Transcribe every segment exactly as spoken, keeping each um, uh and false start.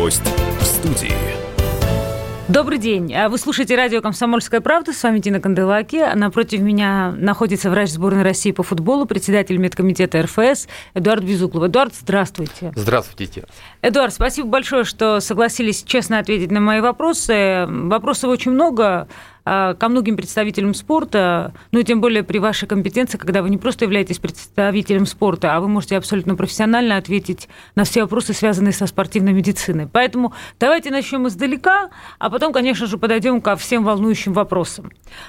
Гость в студии. Добрый день. Вы слушаете радио «Комсомольская правда». С вами Дина Канделаки. Напротив меня находится врач сборной России по футболу, председатель медкомитета эр эф эс Эдуард Безуглов. Эдуард, здравствуйте. Здравствуйте, Дина. Эдуард, спасибо большое, что согласились честно ответить на мои вопросы. Вопросов очень много ко многим представителям спорта, ну и тем более при вашей компетенции, когда вы не просто являетесь представителем спорта, а вы можете абсолютно профессионально ответить на все вопросы, связанные со спортивной медициной. Поэтому давайте начнем издалека, а потом, конечно же, подойдем ко всем волнующим вопросам.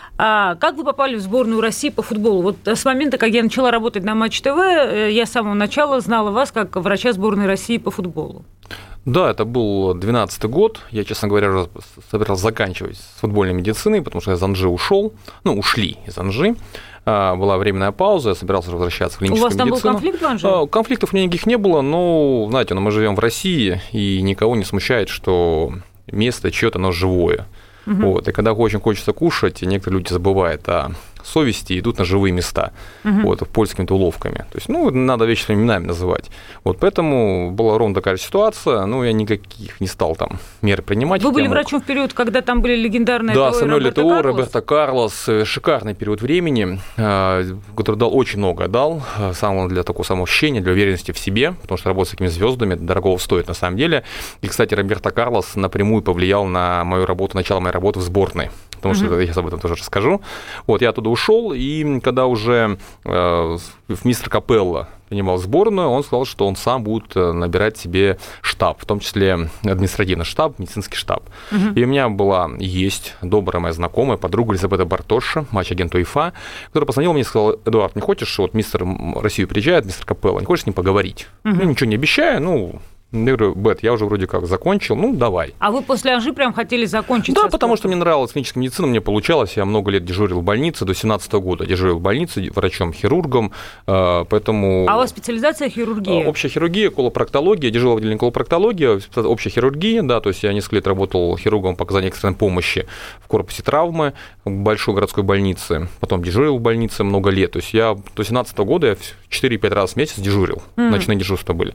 А как вы попали в сборную России по футболу? Вот с момента, как я начала работать на Матч ТВ, я с самого начала знала вас как врача сборной России по футболу. Да, это был двенадцатый год. Я, честно говоря, собирался заканчивать с футбольной медициной, потому что я из Анжи ушел. Ну, ушли из Анжи. Была временная пауза, я собирался возвращаться в клиническую медицину. У вас там был конфликт в Анжи? Конфликтов никаких не было, но, знаете, ну, мы живем в России, и никого не смущает, что место чьё-то, оно живое. Угу. Вот. И когда очень хочется кушать, некоторые люди забывают о совести и идут на живые места, угу. вот, в пользу какими-то уловками. То есть, ну, надо вещи своими именами называть. Вот, поэтому была ровно такая ситуация, но я никаких не стал там мер принимать. Вы были врачом в период, когда там были легендарные Да, ТО и Самуэль Роберто Этоо, Карлос? Роберто Карлос. Шикарный период времени, который дал очень много, дал самого для такого самоощущения, для уверенности в себе, потому что работать с такими звездами дорого стоит на самом деле. И, кстати, Роберто Карлос напрямую повлиял на мою работу, начало моей работы в сборной. Потому что uh-huh. я об этом тоже расскажу. Вот, я оттуда ушел, и когда уже э, мистер Капелло принимал сборную, он сказал, что он сам будет набирать себе штаб, в том числе административный штаб, медицинский штаб. Uh-huh. И у меня была, есть добрая моя знакомая, подруга Елизавета Бартоша, матч-агент УЕФА, которая позвонила мне и сказала: Эдуард, не хочешь, вот мистер Россию приезжает, мистер Капелло, не хочешь с ним поговорить? Uh-huh. Ну, ничего не обещаю, ну... Я говорю: Бет, я уже вроде как закончил, ну, давай. А вы после Анжи прям хотели закончить? Да, потому что мне нравилась клиническая медицина, мне получалось, я много лет дежурил в больнице, до семнадцатого года дежурил в больнице врачом-хирургом, поэтому... А у вас специализация хирургия? Общая хирургия, колопроктология, дежурил в отделении колопроктологии, общая хирургия, да, то есть я несколько лет работал хирургом по оказанию экстренной помощи в корпусе травмы в большой городской больнице, потом дежурил в больнице много лет, то есть я до семнадцатого года я четыре-пять раз в месяц дежурил, mm. ночные дежурства были.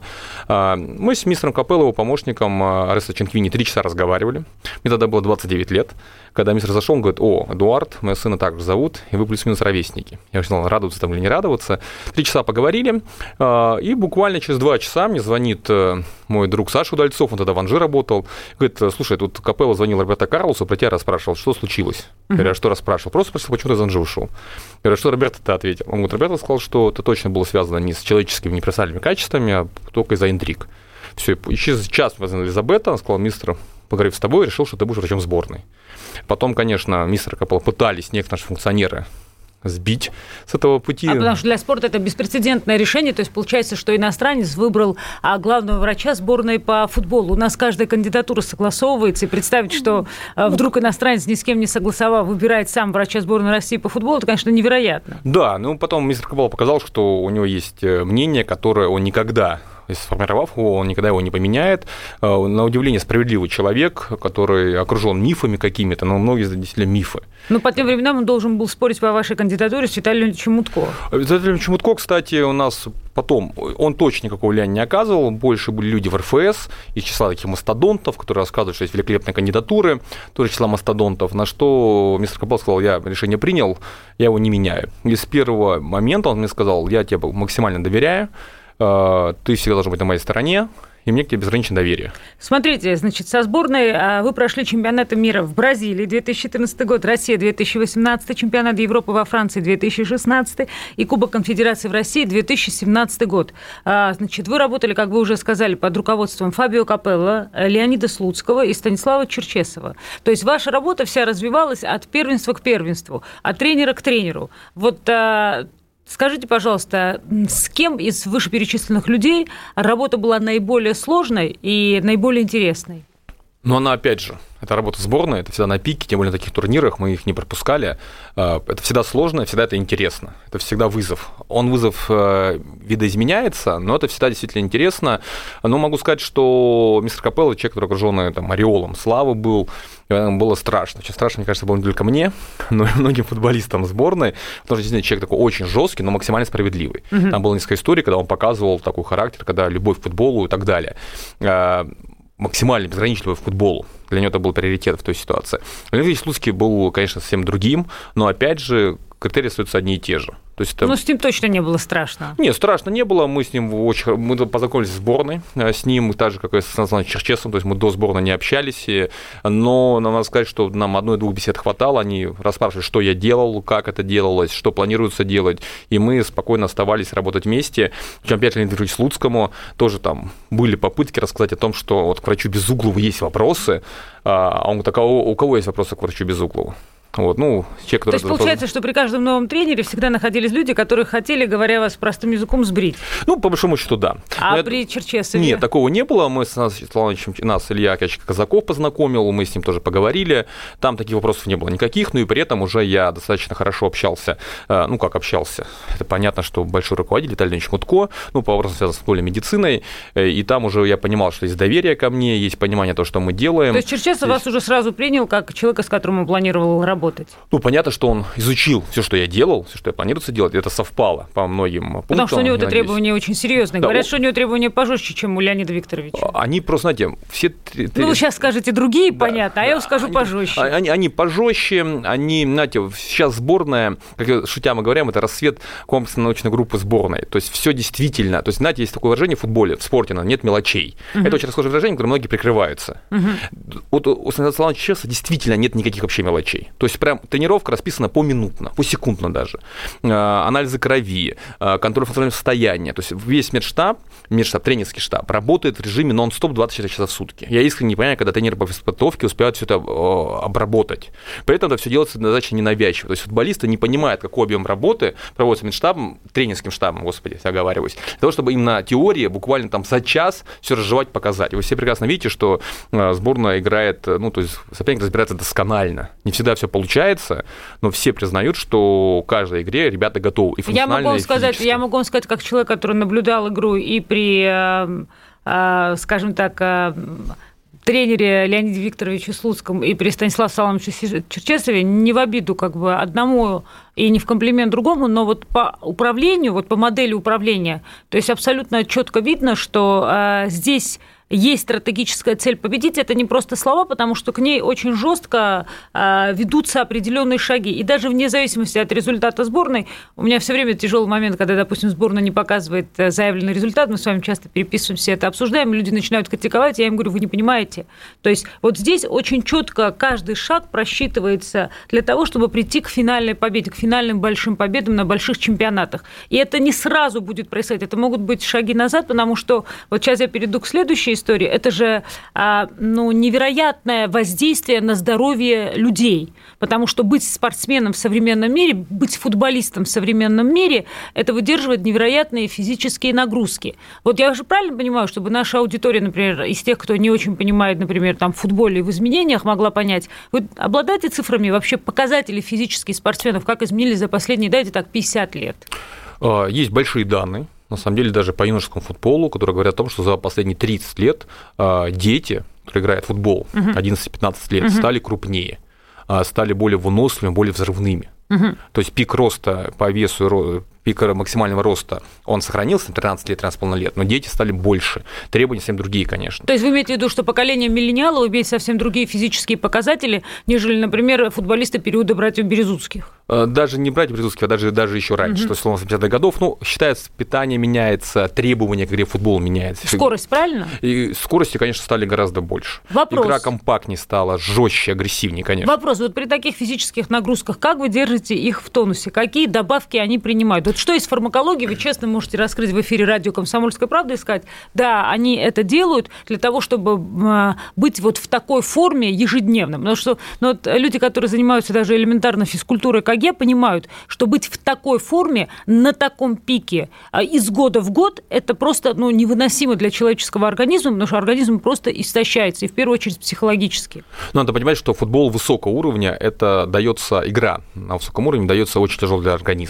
Мы с мистером Капелло, его помощником Аресто Чинквини, три часа разговаривали. Мне тогда было двадцать девять лет. Когда мистер зашел, он говорит: о, Эдуард, моего сына также зовут, и вы плюс-минус ровесники. Я уже знал, радоваться там или не радоваться. Три часа поговорили, и буквально через два часа мне звонит мой друг Саша Удальцов, он тогда в Анжи работал. Говорит: слушай, тут Капелло звонил Роберто Карлосу, про тебя расспрашивал, что случилось? Я говорю: а что расспрашивал? Просто спросил, почему ты из Анжи ушел. Я говорю: что Роберто-то ответил? Он говорит: Роберто сказал, что это точно было связано не с человеческими непрофессиональными качествами, а только из-за интриг. Все, через час позвонил Елизабета, она сказала: мистер, поговорив с тобой, решил, что ты будешь врачом сборной. Потом, конечно, мистера Капелло пытались некоторые наши функционеры сбить с этого пути. А потому что для спорта это беспрецедентное решение, то есть получается, что иностранец выбрал главного врача сборной по футболу. У нас каждая кандидатура согласовывается, и представить, что вдруг иностранец, ни с кем не согласовав, выбирает сам врача сборной России по футболу, это, конечно, невероятно. Да, ну потом мистер Капелло показал, что у него есть мнение, которое он никогда... сформировав его, он никогда его не поменяет. На удивление, справедливый человек, который окружен мифами какими-то, но многие действительно мифы. Но по тем временам он должен был спорить по вашей кандидатуре с Виталием Леонидовичем Мутко. Виталий Леонидович Мутко, кстати, у нас потом, он точно никакого влияния не оказывал, больше были люди в эр эф эс из числа таких мастодонтов, которые рассказывают, что есть великолепные кандидатуры, тоже числа мастодонтов, на что мистер Капелло сказал: я решение принял, я его не меняю. И с первого момента он мне сказал: я тебе максимально доверяю, ты всегда должен быть на моей стороне, и мне к тебе безграничное доверие. Смотрите, значит, со сборной вы прошли чемпионаты мира в Бразилии две тысячи четырнадцатый год, Россия две тысячи восемнадцатый, чемпионат Европы во Франции две тысячи шестнадцатый и Кубок Конфедерации в России две тысячи семнадцатый год. Значит, вы работали, как вы уже сказали, под руководством Фабио Капелло, Леонида Слуцкого и Станислава Черчесова. То есть ваша работа вся развивалась от первенства к первенству, от тренера к тренеру. Вот... Скажите, пожалуйста, с кем из вышеперечисленных людей работа была наиболее сложной и наиболее интересной? Ну, она, опять же, это работа сборной, это всегда на пике, тем более на таких турнирах, мы их не пропускали. Это всегда сложно, всегда это интересно, это всегда вызов. Он, вызов, видоизменяется, но это всегда действительно интересно. Но могу сказать, что мистер Капелло, человек, который окружённый там ореолом славы был, было страшно. Очень страшно, мне кажется, было не только мне, но и многим футболистам сборной, потому что действительно человек такой очень жесткий, но максимально справедливый. Угу. Там было несколько историй, когда он показывал такой характер, когда любовь к футболу и так далее. максимально безграничного футболу. Для него это был приоритет в той ситуации. Леонид Ильич Слуцкий был, конечно, совсем другим, но, опять же, критерии остаются одни и те же. То есть это... Ну, с ним точно не было страшно. Нет, страшно не было. Мы с ним очень... Мы познакомились в сборной с ним, так же, как и с Александром Черчесовым. То есть мы до сборной не общались. Но надо сказать, что нам одной-двух бесед хватало. Они расспрашивали, что я делал, как это делалось, что планируется делать. И мы спокойно оставались работать вместе. Причем опять Леониду Ильичу Слуцкому тоже там были попытки рассказать о том, что вот к врачу Безуглову есть вопросы. А он такой, у кого есть вопросы к врачу Безуглову? Вот, ну, человек, который... То есть получается, что при каждом новом тренере всегда находились люди, которые хотели, говоря вас простым языком, сбрить? Ну, по большому счету, да. А Но при это... Черчесове? Нет, такого не было. Мы с Ивановичем, нас Илья Яковлевич Казаков познакомил, мы с ним тоже поговорили. Там таких вопросов не было никаких, но и при этом уже я достаточно хорошо общался. Ну, как общался? Это понятно, что большой руководитель Виталий Леонидович Мутко, ну, по вопросам, связанным с полем медициной, и там уже я понимал, что есть доверие ко мне, есть понимание того, что мы делаем. То есть Черчесов Здесь... вас уже сразу принял как человека, с которым он планировал работать? Ну, понятно, что он изучил все, что я делал, все, что я планировал делать, это совпало по многим пунктам. Потому что у него это требования очень серьезные. Да, Говорят, он... что у него требования пожестче, чем у Леонида Викторовича. Они просто, знаете, все... Ну, вы сейчас скажете другие, да, понятно, а да, я скажу они, пожестче. Они, они пожестче, они, знаете, сейчас сборная, как шутя мы говорим, это рассвет комплексной научной группы сборной. То есть все действительно, то есть, знаете, есть такое выражение в футболе, в спорте, нет мелочей. Uh-huh. Это очень расхожее выражение, которое многие прикрываются. Uh-huh. Вот у Станислава Черчесова действительно нет никаких вообще мелочей. То есть прям тренировка расписана поминутно, посекундно даже. Анализы крови, контроль функционального состояния. То есть весь медштаб, медштаб, тренерский штаб работает в режиме нон-стоп двадцать четыре часа в сутки. Я искренне не понимаю, когда тренеры по подготовке успевают все это обработать. При этом это все делается достаточно ненавязчиво. То есть футболисты не понимают, какой объем работы проводится медштабом, тренерским штабом, господи, я оговариваюсь, для того, чтобы им на теории буквально там за час все разжевать, показать. И вы все прекрасно видите, что сборная играет, ну, то есть соперник разбирается досконально. Не всегда все получается, но все признают, что в каждой игре ребята готовы и функционально, я могу вам и сказать, Я могу вам сказать, как человек, который наблюдал игру и при, скажем так, тренере Леониде Викторовиче Слуцком и при Станиславе Саламовиче Черчесове, не в обиду как бы одному и не в комплимент другому, но вот по управлению, вот по модели управления, то есть абсолютно четко видно, что здесь есть стратегическая цель победить, это не просто слова, потому что к ней очень жестко ведутся определенные шаги. И даже вне зависимости от результата сборной, у меня все время тяжелый момент, когда, допустим, сборная не показывает заявленный результат, мы с вами часто переписываемся, это обсуждаем, люди начинают критиковать, я им говорю, вы не понимаете. То есть вот здесь очень четко каждый шаг просчитывается для того, чтобы прийти к финальной победе, к финальным большим победам на больших чемпионатах. И это не сразу будет происходить, это могут быть шаги назад, потому что вот сейчас я перейду к следующей истории. Это же ну, невероятное воздействие на здоровье людей, потому что быть спортсменом в современном мире, быть футболистом в современном мире, это выдерживает невероятные физические нагрузки. Вот я уже правильно понимаю, чтобы наша аудитория, например, из тех, кто не очень понимает, например, там, в футболе и в изменениях, могла понять, вы обладаете цифрами вообще показателей физических спортсменов, как изменились за последние, дайте так, пятьдесят лет? Есть большие данные. На самом деле, даже по юношескому футболу, которые говорят о том, что за последние тридцать лет дети, которые играют в футбол, одиннадцать-пятнадцать лет, uh-huh. стали крупнее, стали более выносливыми, более взрывными. Uh-huh. То есть пик роста по весу, пик максимального роста, он сохранился на тринадцать лет, тринадцать с половиной лет, но дети стали больше. Требования совсем другие, конечно. То есть вы имеете в виду, что поколение миллениалов имеет совсем другие физические показатели, нежели, например, футболисты периода братьев Березутских? Даже не братьев Березутских, а даже, даже еще раньше, uh-huh. то есть, условно, семидесятых годов. Ну, считается, питание меняется, требования к игре в футбол меняются. Скорость, правильно? И скорости, конечно, стали гораздо больше. Вопрос. Игра компактнее стала, жестче, агрессивнее, конечно. Вопрос. Вот при таких физических нагрузках, как вы держите их в тонусе? Какие добавки они принимают? Вот что из фармакологии вы честно можете раскрыть в эфире радио «Комсомольская правда» и сказать, да, они это делают для того, чтобы быть вот в такой форме ежедневно. Потому что ну, вот люди, которые занимаются даже элементарно физкультурой, как я, понимают, что быть в такой форме, на таком пике из года в год, это просто ну, невыносимо для человеческого организма, потому что организм просто истощается, и в первую очередь психологически. Надо понимать, что футбол высокого уровня, это дается игра на высоком уровне, дается очень тяжело для организма.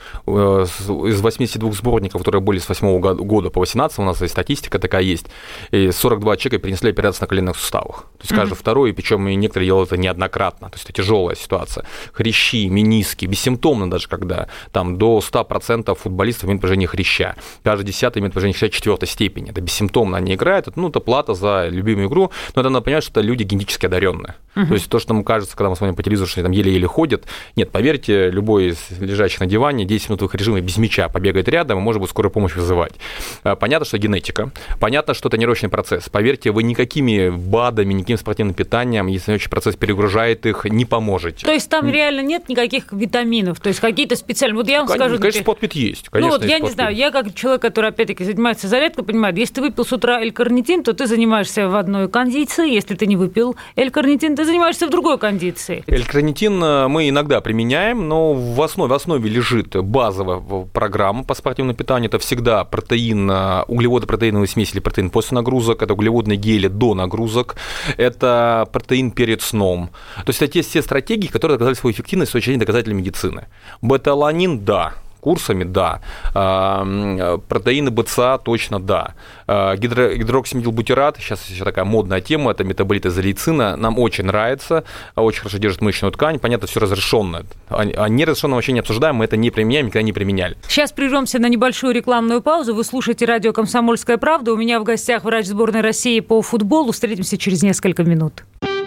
Из восьмидесяти двух сборников, которые были с восьмого года по восемнадцатый, у нас и статистика такая есть, и сорок два человека перенесли операцию на коленных суставах. То есть каждый mm-hmm. второй, и причем и некоторые делают это неоднократно. То есть это тяжелая ситуация. Хрящи, мениски, бессимптомно даже, когда там до ста процентов футболистов имеют поражение хряща. Каждый десятый имеет поражение хряща четвертой степени. Это бессимптомно они играют. Это, ну, это плата за любимую игру. Но это надо понимать, что это люди генетически одаренные. Mm-hmm. То есть то, что нам кажется, когда мы смотрим по телевизору, что они там еле-еле ходят. Нет, поверьте, любой из лежащих на диване десять минут в их режиме без мяча побегает рядом, и может быть скорую помощь вызывать. Понятно, что генетика. Понятно, что тренировочный процесс. Поверьте, вы никакими БАДами, никаким спортивным питанием, если тренировочный процесс перегружает их, не поможете. То есть там реально нет никаких витаминов? То есть какие-то специальные... Вот я вам конечно, скажу... Конечно, спортпит есть. Конечно, ну вот я не знаю, я как человек, который опять-таки занимается зарядкой, понимаю, если ты выпил с утра L-карнитин, то ты занимаешься в одной кондиции. Если ты не выпил L-карнитин, ты занимаешься в другой кондиции. L-карнитин мы иногда применяем, но в основе, в основе лежит базовая программа по спортивному питанию. Это всегда протеин, углеводы-протеиновые смеси или протеин после нагрузок, это углеводные гели до нагрузок, это протеин перед сном. То есть это те все стратегии, которые доказали свою эффективность с точки зрения доказателей медицины. Бета-аланин – да. Курсами, да. Протеины БЦА точно, да. Гидро, гидроксиметилбутират, сейчас еще такая модная тема, это метаболит изолейцина, нам очень нравится, очень хорошо держит мышечную ткань, понятно, все разрешенное. А неразрешенное вообще не обсуждаем, мы это не применяем, никогда не применяли. Сейчас прервемся на небольшую рекламную паузу. Вы слушаете радио «Комсомольская правда». У меня в гостях врач сборной России по футболу. Встретимся через несколько минут.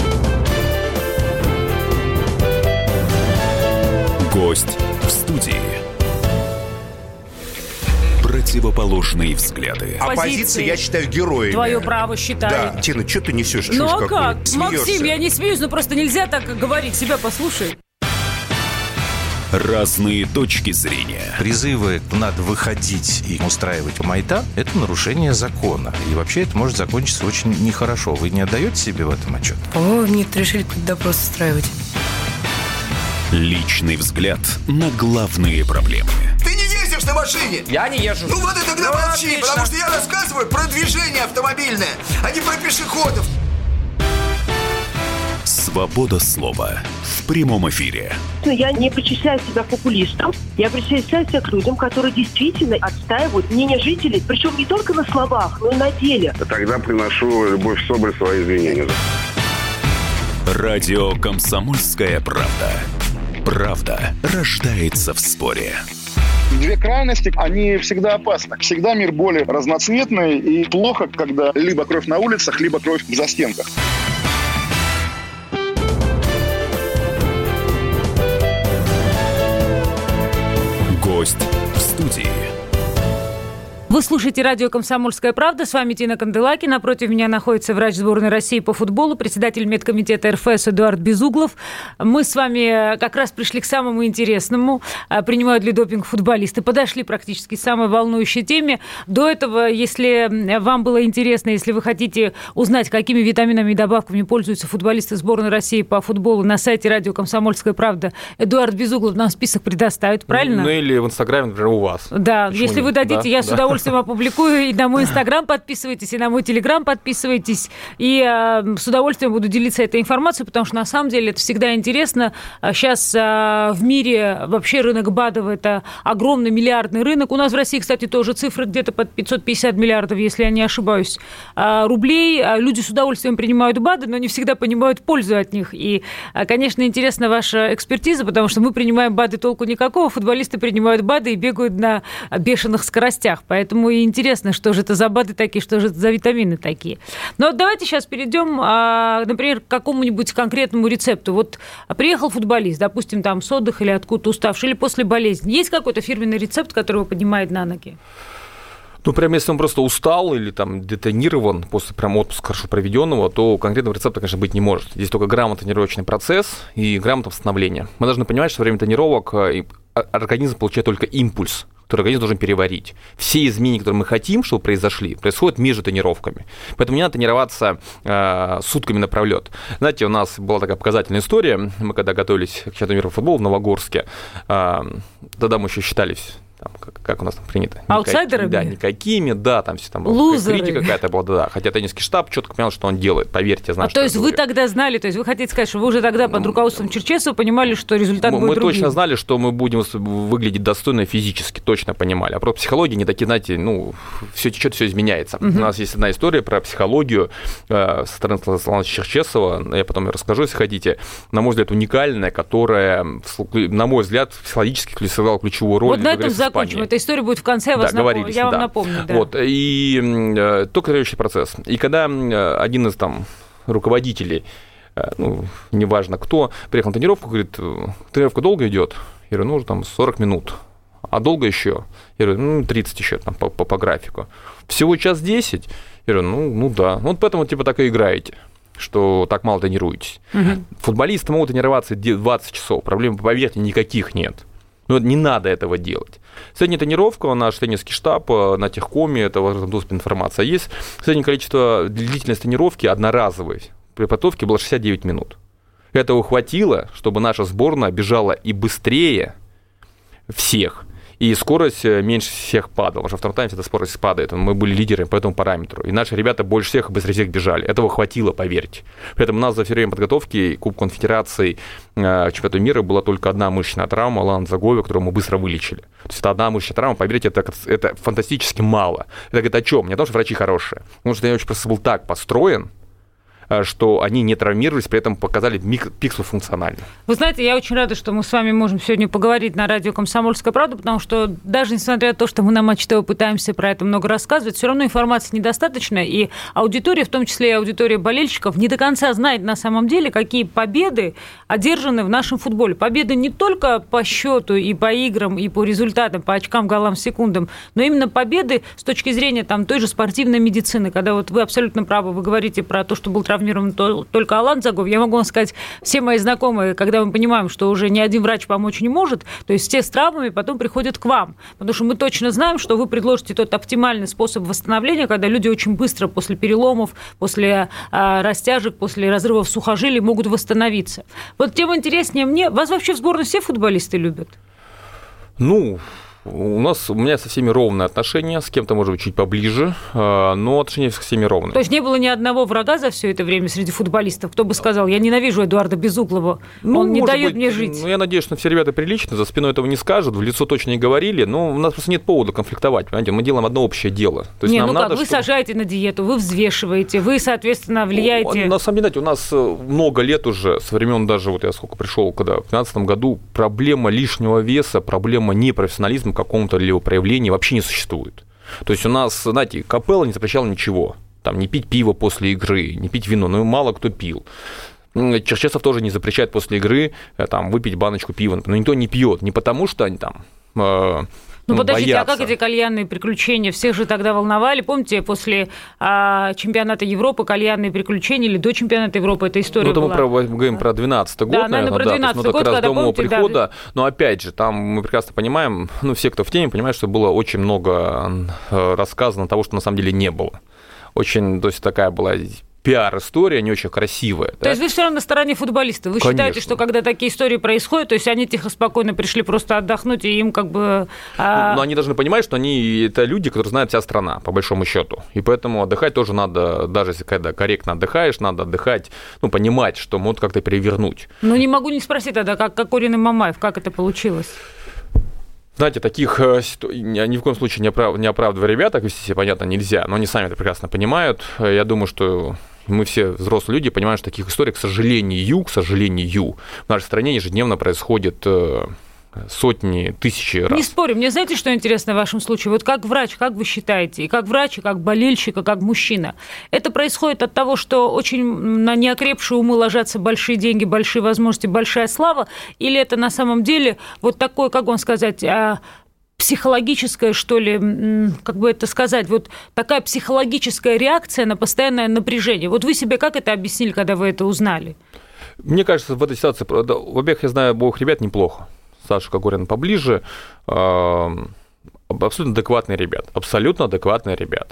Гость в студии. Противоположные взгляды. Оппозиция, я считаю, героями. Твое право считаю. Да, Тина, что ты несешь? Ну а как? Максим, я не смеюсь, но просто нельзя так говорить. Себя послушай. Разные точки зрения. Призывы «надо выходить и устраивать майдан» — это нарушение закона. И вообще это может закончиться очень нехорошо. Вы не отдаете себе в этом отчет? По-моему, некоторые решили какой-то допрос устраивать. Личный взгляд на главные проблемы. Ты не ездишь на машине? Я не езжу. Ну вот и тогда ну, молчи, отлично. потому что я рассказываю про движение автомобильное, а не про пешеходов. Свобода слова в прямом эфире. Я не причисляю себя к популистам, я причисляю себя к людям, которые действительно отстаивают мнение жителей, причем не только на словах, но и на деле. Тогда приношу Любовь Соболь свои извинения. Радио «Комсомольская правда». Правда рождается в споре. Две крайности, они всегда опасны. Всегда мир более разноцветный, и плохо, когда либо кровь на улицах, либо кровь в застенках. Гость в студии. Вы слушаете радио «Комсомольская правда». С вами Тина Канделаки. Напротив меня находится врач сборной России по футболу, председатель медкомитета РФС Эдуард Безуглов. Мы с вами как раз пришли к самому интересному. Принимают ли допинг футболисты? Подошли практически к самой волнующей теме. До этого, если вам было интересно, если вы хотите узнать, какими витаминами и добавками пользуются футболисты сборной России по футболу, на сайте радио «Комсомольская правда» Эдуард Безуглов нам список предоставит, правильно? Ну или в Инстаграме, например, у вас. Да, почему если нет? Вы дадите, да, я да. с удовольствием опубликую, и на мой Инстаграм подписывайтесь, и на мой Телеграм подписывайтесь, и э, с удовольствием буду делиться этой информацией, потому что на самом деле это всегда интересно. Сейчас э, в мире вообще рынок БАДов – это огромный миллиардный рынок. У нас в России, кстати, тоже цифры где-то под пятьсот пятьдесят миллиардов, если я не ошибаюсь, э, рублей. Люди с удовольствием принимают БАДы, но не всегда понимают пользу от них. И, э, конечно, интересна ваша экспертиза, потому что мы принимаем БАДы, толку никакого, футболисты принимают БАДы и бегают на бешеных скоростях. Поэтому и интересно, что же это за БАДы такие, что же это за витамины такие. Но вот давайте сейчас перейдем, например, к какому-нибудь конкретному рецепту. Вот приехал футболист, допустим, там с отдыха или откуда-то уставший, или после болезни. Есть какой-то фирменный рецепт, который его поднимает на ноги? Ну, прям если он просто устал или там детонирован после прям отпуска хорошо проведенного, то конкретного рецепта, конечно, быть не может. Здесь только грамотный тренировочный процесс и грамотное восстановление. Мы должны понимать, что во время тренировок организм получает только импульс, который организм должен переварить. Все изменения, которые мы хотим, чтобы произошли, происходят между тренировками. Поэтому не надо тренироваться э, сутками напролет. Знаете, у нас была такая показательная история. Мы когда готовились к чемпионату мира по футболу в Новогорске, э, тогда мы еще считались там, как, как у нас там принято. Аутсайдерами? Да, никакими, да, там все там Лузеры. критика какая-то была, да. Хотя теннисский штаб четко понял, что он делает, поверьте, знаю, а то есть вы говорю. тогда знали, то есть вы хотите сказать, что вы уже тогда под руководством Черчесова понимали, что результат мы, будет мы другим? точно знали, что мы будем выглядеть достойно физически, точно понимали. А про психологию не такие, знаете, ну, все течет, все изменяется. Угу. У нас есть одна история про психологию э, со стороны Станислава Черчесова, я потом ее расскажу, если хотите, на мой взгляд, уникальная, которая, на мой взгляд, психологически сыграла ключевую роль. Вот на этом закончим. Эта история будет в конце, я, да, вас напом... я вам да. напомню. Да. Вот, и э, только следующий процесс. И когда э, один из там руководителей, э, ну, неважно кто, приехал на тренировку, говорит, тренировка долго идет? Я говорю, ну, там сорок минут. А долго еще? Я говорю, ну, тридцать еще там по, по, по графику. Всего час десять? Я говорю, ну, ну да. Вот поэтому типа так и играете, что так мало тренируетесь. Угу. Футболисты могут тренироваться двадцать часов, проблем, поверьте, никаких нет. Ну, не надо этого делать. Средняя тренировка, наш тренерский штаб на техкоме, это в этом доступе информация есть. Среднее количество, длительность тренировки одноразовой при подготовке было шестьдесят девять минут. Этого хватило, чтобы наша сборная бежала и быстрее всех, и скорость меньше всех падала. Потому что в втором тайме эта скорость падает. Мы были лидерами по этому параметру. И наши ребята больше всех и быстрее всех бежали. Этого хватило, поверьте. При этом у нас за все время подготовки Кубка Конфедерации к чемпионату мира была только одна мышечная травма Алана Заговия, которую мы быстро вылечили. То есть это одна мышечная травма, поверьте, это, это фантастически мало. Это говорит о чем? Не о том, что врачи хорошие. Потому что я очень просто был так построен, что они не травмировались, при этом показали пик свой функционально. Вы знаете, я очень рада, что мы с вами можем сегодня поговорить на радио «Комсомольская правда», потому что даже несмотря на то, что мы на Матч ТВ пытаемся про это много рассказывать, все равно информации недостаточно, и аудитория, в том числе и аудитория болельщиков, не до конца знает на самом деле, какие победы одержаны в нашем футболе. Победы не только по счету и по играм, и по результатам, по очкам, голам, секундам, но именно победы с точки зрения там, той же спортивной медицины, когда вот вы абсолютно правы, вы говорите про то, что был травмирован только Алан Загов. Я могу вам сказать, все мои знакомые, когда мы понимаем, что уже ни один врач помочь не может, то есть все с травмами потом приходят к вам, потому что мы точно знаем, что вы предложите тот оптимальный способ восстановления, когда люди очень быстро после переломов, после а, растяжек, после разрывов сухожилий могут восстановиться. Вот тем интереснее мне, вас вообще в сборной все футболисты любят? Ну... У нас, у меня со всеми ровные отношения, с кем-то, может быть, чуть поближе, но отношения со всеми ровные. То есть не было ни одного врага за все это время среди футболистов, кто бы сказал, я ненавижу Эдуарда Безуглова, ну, он не дает быть, мне жить. Ну, я надеюсь, что все ребята приличны, за спиной этого не скажут, в лицо точно не говорили, но у нас просто нет повода конфликтовать, понимаете, мы делаем одно общее дело. То есть не, нам ну надо, как, вы чтобы... сажаете на диету, вы взвешиваете, вы, соответственно, влияете... На самом деле, у нас много лет уже, со времен даже, вот я сколько пришел, когда в две тысячи пятнадцатом году, проблема лишнего веса, проблема непрофессионализма какому-то либо проявлений вообще не существует. То есть у нас, знаете, Капелло не запрещал ничего. Там не пить пиво после игры, не пить вино, ну мало кто пил. Черчесов тоже не запрещает после игры там, выпить баночку пива. Но никто не пьет, не потому что они там... Э, Ну, ну, подождите, боятся. А как эти кальянные приключения? Всех же тогда волновали. Помните, после а, чемпионата Европы кальянные приключения или до чемпионата Европы эта история ну, была? Ну, это мы про, говорим про двенадцатый год, да, наверное, про двенадцатый да, год, как раз когда, до моего помните, прихода. да. Но опять же, там мы прекрасно понимаем, ну, все, кто в теме, понимают, что было очень много рассказано того, что на самом деле не было. Очень, то есть такая была... пиар-история не очень красивая. То да? есть вы все равно на стороне футболистов. Вы Конечно. считаете, что когда такие истории происходят, то есть они тихо, спокойно пришли просто отдохнуть, и им как бы... А... Но они должны понимать, что они это люди, которые знают вся страна, по большому счету. И поэтому отдыхать тоже надо, даже если когда корректно отдыхаешь, надда отдыхать, ну, понимать, что могут как-то перевернуть. Ну, не могу не спросить тогда, как Кокорин и Мамаев, как это получилось? Знаете, таких ни в коем случае не, оправ... не оправдывая ребят, так вести себя, понятно, нельзя, но они сами это прекрасно понимают. Я думаю, что мы все взрослые люди понимаем, что таких историй, к сожалению, к сожалению, в нашей стране ежедневно происходит сотни, тысячи раз. Не спорю. Мне знаете, что интересно в вашем случае? Вот как врач, как вы считаете, и как врач, и как болельщик, и как мужчина, это происходит от того, что очень на неокрепшие умы ложатся большие деньги, большие возможности, большая слава, или это на самом деле вот такое, как вам сказать, психологическая, что ли, как бы это сказать, вот такая психологическая реакция на постоянное напряжение. Вот вы себе как это объяснили, когда вы это узнали? Мне кажется, в этой ситуации, во-первых, я знаю обоих ребят неплохо. Саша Кокорин поближе. Абсолютно адекватные ребят. Абсолютно адекватные ребят.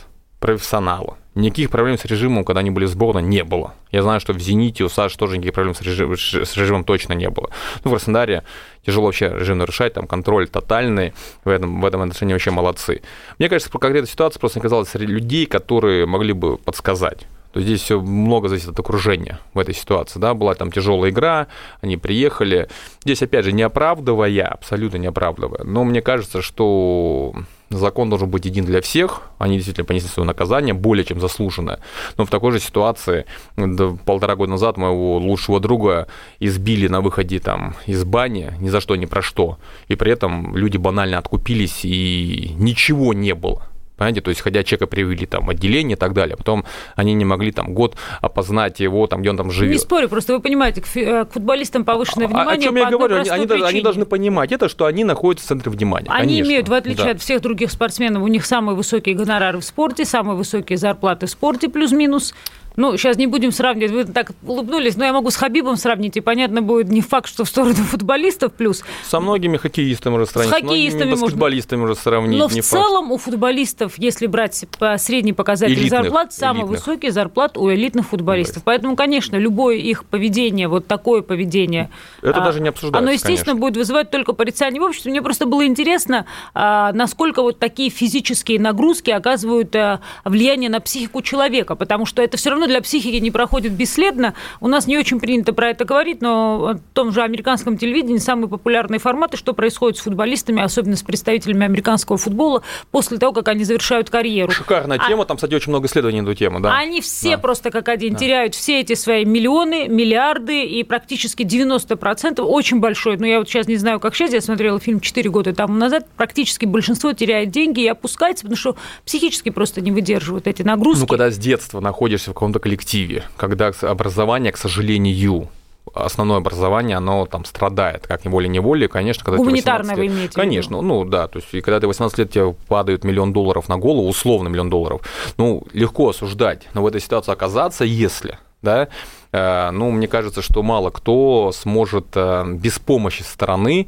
профессионалы. Никаких проблем с режимом, когда они были в сборной, не было. Я знаю, что в «Зените» у Саши тоже никаких проблем с, режим, с режимом точно не было. Ну, в Краснодаре тяжело вообще режим нарушать, там контроль тотальный, в этом, в этом отношении вообще молодцы. Мне кажется, про конкретную ситуацию просто не оказалось среди людей, которые могли бы подсказать. То есть здесь все много зависит от окружения в этой ситуации. Да? Была там тяжелая игра, они приехали. Здесь, опять же, не оправдывая, абсолютно не оправдывая, но мне кажется, что закон должен быть един для всех. Они действительно понесли свое наказание, более чем заслуженное. Но в такой же ситуации полтора года назад моего лучшего друга избили на выходе там, из бани ни за что, ни про что. И при этом люди банально откупились, и ничего не было. Понимаете, то есть, хотя человека привели там в отделение и так далее, потом они не могли там год опознать его, там, где он там живет. Не спорю, просто вы понимаете, к футболистам повышенное внимание. О чем я говорю, они, они, они должны понимать это, что они находятся в центре внимания. Они конечно. имеют, в отличие да. от всех других спортсменов, у них самые высокие гонорары в спорте, самые высокие зарплаты в спорте, плюс-минус. Ну, сейчас не будем сравнивать, вы так улыбнулись, но я могу с Хабибом сравнить, и понятно будет не факт, что в сторону футболистов плюс. Со многими хоккеистами можно сравнить, с хоккеистами, с баскетболистами можно сравнить. Но не в факт. целом у футболистов, если брать по средний показатель элитных, зарплат, самые элитных. высокие зарплаты у элитных футболистов. Да. Поэтому, конечно, любое их поведение, вот такое поведение, это а, даже не обсуждается, оно, естественно, конечно. будет вызывать только порицание в обществе. Мне просто было интересно, а, насколько вот такие физические нагрузки оказывают а, влияние на психику человека, потому что это все равно для психики не проходит бесследно. У нас не очень принято про это говорить, но в том же американском телевидении самые популярные форматы, что происходит с футболистами, особенно с представителями американского футбола, после того, как они завершают карьеру. Шикарная а... тема, там, кстати, очень много исследований на эту тему. Да? Они все да. просто как один да. теряют все эти свои миллионы, миллиарды, и практически девяносто процентов, очень большой, но я вот сейчас не знаю, как сейчас, я смотрела фильм четыре года тому назад, практически большинство теряет деньги и опускается, потому что психически просто не выдерживают эти нагрузки. Ну, когда с детства находишься в каком-то коллективе, когда образование, к сожалению, основное образование, оно там страдает, как ни волей-неволей, конечно, когда гуманитарное ты вы имеете в виду? Конечно, ну да, то есть, и когда ты восемнадцать лет, тебе падают миллион долларов на голову, условно миллион долларов, ну, легко осуждать, но в этой ситуации оказаться, если, да, ну, мне кажется, что мало кто сможет без помощи стороны,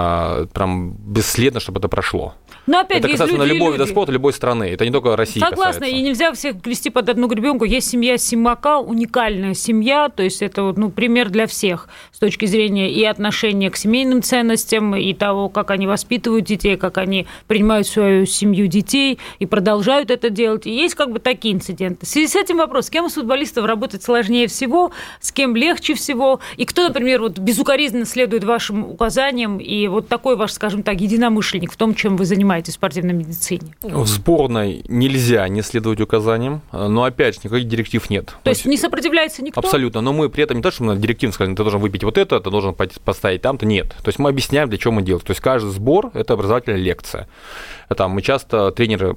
прям бесследно, чтобы это прошло. Но опять это касается люди, на любого вида люди. спорта, любой страны. Это не только Россия. Согласна, касается. И нельзя всех вести под одну гребенку. Есть семья Симака, уникальная семья, то есть это ну, пример для всех с точки зрения и отношения к семейным ценностям, и того, как они воспитывают детей, как они принимают в свою семью детей и продолжают это делать. И есть как бы такие инциденты. В связи с этим вопрос, с кем из футболистов работать сложнее всего, с кем легче всего, и кто, например, вот безукоризненно следует вашим указаниям, и вот такой ваш, скажем так, единомышленник в том, чем вы занимаетесь в спортивной медицине? В сборной нельзя не следовать указаниям, но, опять же, никаких директив нет. То, то есть не сопротивляется никто? Абсолютно, но мы при этом не то, что мы директивно сказали, ты должен выпить вот это, ты должен поставить там-то, нет. То есть мы объясняем, для чего мы делаем. То есть каждый сбор – это образовательная лекция. Там мы часто тренеры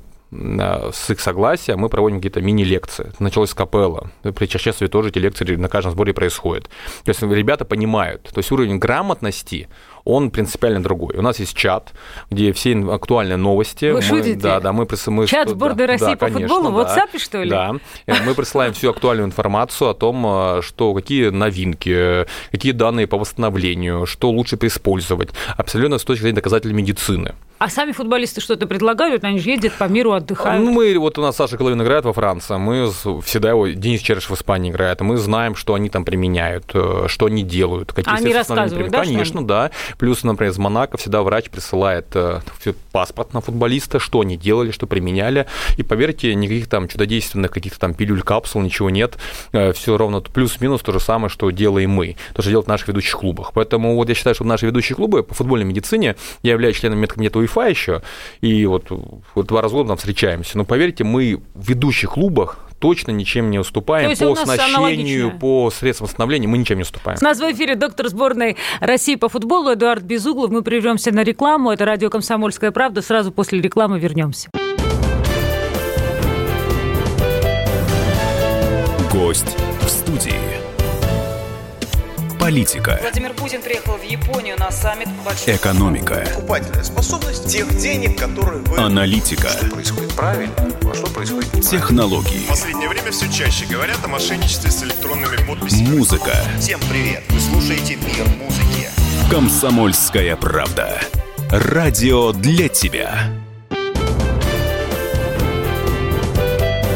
с их согласия мы проводим какие-то мини-лекции. Началось с капелла. При чашестве тоже эти лекции на каждом сборе происходят. То есть ребята понимают. То есть уровень грамотности, он принципиально другой. У нас есть чат, где все актуальные новости. Вы мы, шутите? Да, да, мы, мы, чат сборной да, России да, по конечно, футболу? В WhatsApp, что ли? Да. Мы присылаем всю актуальную информацию о том, что, какие новинки, какие данные по восстановлению, что лучше использовать. Абсолютно с точки зрения доказательной медицины. А сами футболисты что-то предлагают? Они же ездят по миру, отдыхают. Ну, мы, вот у нас Саша Головин играет во Франции, мы всегда его, Денис Черышев в Испании играет, мы знаем, что они там применяют, что они делают. Какие они рассказывают, да? Конечно, да. Плюс, например, из Монако всегда врач присылает паспорт на футболиста, что они делали, что применяли. И поверьте, никаких там чудодейственных каких-то там пилюль, капсул, ничего нет. Все ровно плюс-минус то же самое, что делаем мы, то, что делают в наших ведущих клубах. Поэтому вот я считаю, что наши ведущие клубы по футбольной медицине, я являюсь членом медкомитета УЕФА еще, и вот, вот два раза в год там встречаемся. Но поверьте, мы в ведущих клубах точно ничем не уступаем. По оснащению, по средствам восстановления мы ничем не уступаем. У нас в эфире доктор сборной России по футболу Эдуард Безуглов. Мы прервемся на рекламу. Это радио «Комсомольская правда». Сразу после рекламы вернемся. Гость в студии. Политика. Владимир Путин приехал в Японию на саммит большой... Экономика. Покупательная способность тех денег, которые вы... Аналитика. Что происходит правильно, а что происходит неправильно. Технологии. В последнее время все чаще говорят о мошенничестве с электронными подписями. Музыка. Всем привет! Вы слушаете «Мир музыки». Комсомольская правда. Радио для тебя.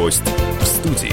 Гость в студии.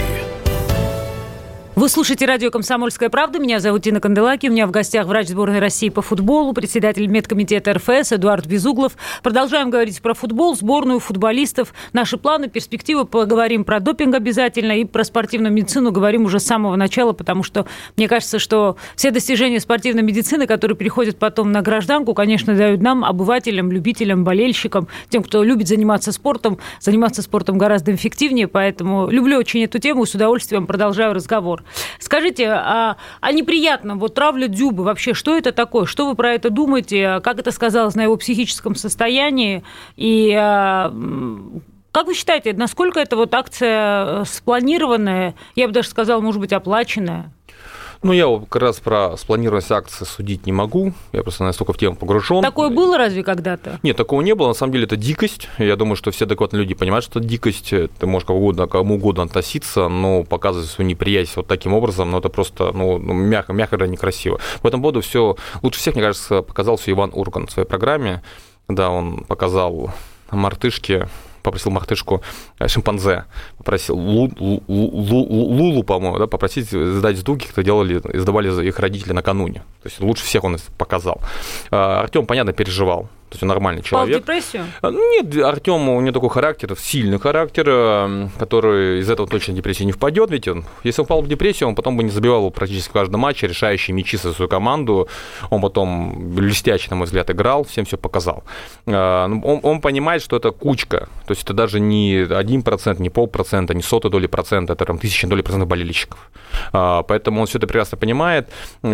Вы слушаете радио «Комсомольская правда». Меня зовут Тина Канделаки. У меня в гостях врач сборной России по футболу, председатель медкомитета эр эф эс Эдуард Безуглов. Продолжаем говорить про футбол, сборную, футболистов. Наши планы, перспективы. Поговорим про допинг обязательно и про спортивную медицину говорим уже с самого начала, потому что мне кажется, что все достижения спортивной медицины, которые переходят потом на гражданку, конечно, дают нам, обывателям, любителям, болельщикам, тем, кто любит заниматься спортом, заниматься спортом гораздо эффективнее. Поэтому люблю очень эту тему и с удовольствием продолжаю разговор. Скажите, а, а неприятно, вот травля Дзюбы, вообще, что это такое? Что вы про это думаете? Как это сказалось на его психическом состоянии? И а, как вы считаете, насколько эта вот акция спланированная, я бы даже сказала, может быть, оплаченная? Ну, я как раз про спланированность акции судить не могу. Я просто настолько в тему погружен. Такое было разве когда-то? Нет, такого не было. На самом деле это дикость. Я думаю, что все адекватные люди понимают, что это дикость. Ты можешь как угодно, кому угодно относиться, но показывать свою неприязнь вот таким образом, ну, это просто, ну, мягко, мягко говоря, некрасиво. По этому поводу все лучше всех, мне кажется, показал все Иван Ургант в своей программе. Да, он показал мартышке, попросил мартышку, шимпанзе, попросил Лу, Лу, Лу, Лулу, по-моему, да, попросить задать звуки, которые делали, издавали их родители накануне. То есть лучше всех он это показал. Артём, понятно, переживал. То есть он нормальный человек. Пал в депрессию? Нет, Артём, у него такой характер, сильный характер, который из этого точно в депрессию не впадет. Ведь он, если он впал в депрессию, он потом бы не забивал практически в каждом матче решающие мячи за свою команду. Он потом блестяще, на мой взгляд, играл, всем все показал. Он, он понимает, что это кучка. То есть это даже не один процент, не полпроцента, не сотая доли процента, это там тысяча доли процентов болельщиков. Поэтому он все это прекрасно понимает.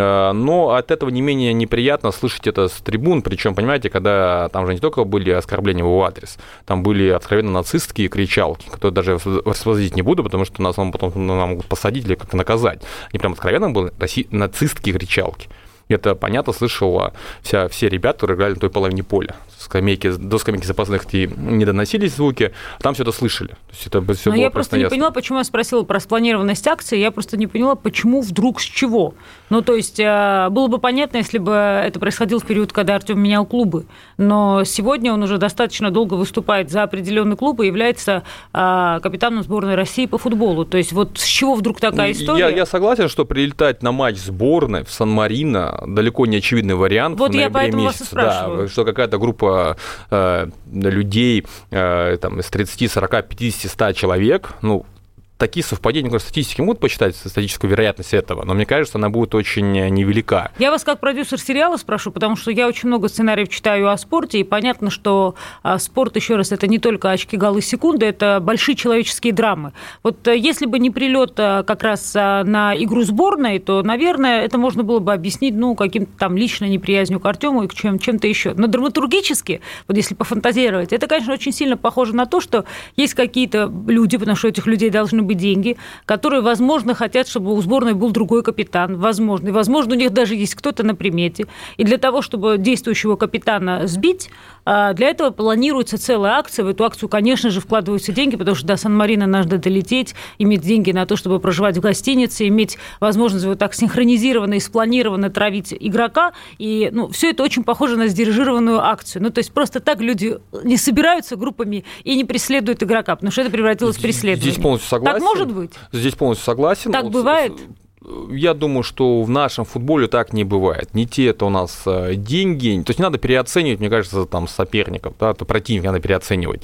Но от этого не менее неприятно слышать это с трибун. Причем, понимаете, когда там же не только были оскорбления в его адрес, там были откровенно нацистские кричалки, которые даже воспроизводить не буду, потому что нас потом нам могут посадить или как-то наказать. Они прям откровенно были нацистские кричалки. Это, понятно, слышала вся, все ребята, которые играли на той половине поля. Скамейки, до скамейки запасных не доносились звуки, а там все это слышали. То есть это все Но было я просто не ясно. поняла, почему я спросила про спланированность акции, я просто не поняла, почему вдруг с чего. Ну, то есть было бы понятно, если бы это происходило в период, когда Артём менял клубы, но сегодня он уже достаточно долго выступает за определенный клуб и является капитаном сборной России по футболу. То есть вот с чего вдруг такая история? Я, я согласен, что прилетать на матч сборной в Сан-Марино далеко не очевидный вариант вот в ноябре я поэтому месяце. Вас и спрашиваю. Да, что какая-то группа э, людей э, там, из тридцати, сорока, пятидесяти, ста человек, ну, такие совпадения, конечно, статистики могут посчитать статистическую вероятность этого, но мне кажется, она будет очень невелика. Я вас как продюсер сериала спрошу, потому что я очень много сценариев читаю о спорте, и понятно, что спорт, еще раз, это не только очки, голы, секунды, это большие человеческие драмы. Вот если бы не прилет как раз на игру сборной, то, наверное, это можно было бы объяснить, ну, каким-то там личной неприязнью к Артему и к чем- чем-то еще. Но драматургически, вот если пофантазировать, это, конечно, очень сильно похоже на то, что есть какие-то люди, потому что у этих людей должны быть деньги, которые, возможно, хотят, чтобы у сборной был другой капитан, возможно. И, возможно, у них даже есть кто-то на примете. И для того, чтобы действующего капитана сбить, для этого планируется целая акция. В эту акцию, конечно же, вкладываются деньги, потому что до Сан-Марино надо долететь, иметь деньги на то, чтобы проживать в гостинице, иметь возможность вот так синхронизированно и спланированно травить игрока. И ну, все это очень похоже на сдирижированную акцию. Ну, то есть просто так люди не собираются группами и не преследуют игрока, потому что это превратилось в преследование. Здесь полностью согласен. Так может быть? Здесь полностью согласен. Так вот, бывает? Я думаю, что в нашем футболе так не бывает. Не те это у нас деньги. То есть не надо переоценивать, мне кажется, там, соперников, да, то противника надо переоценивать.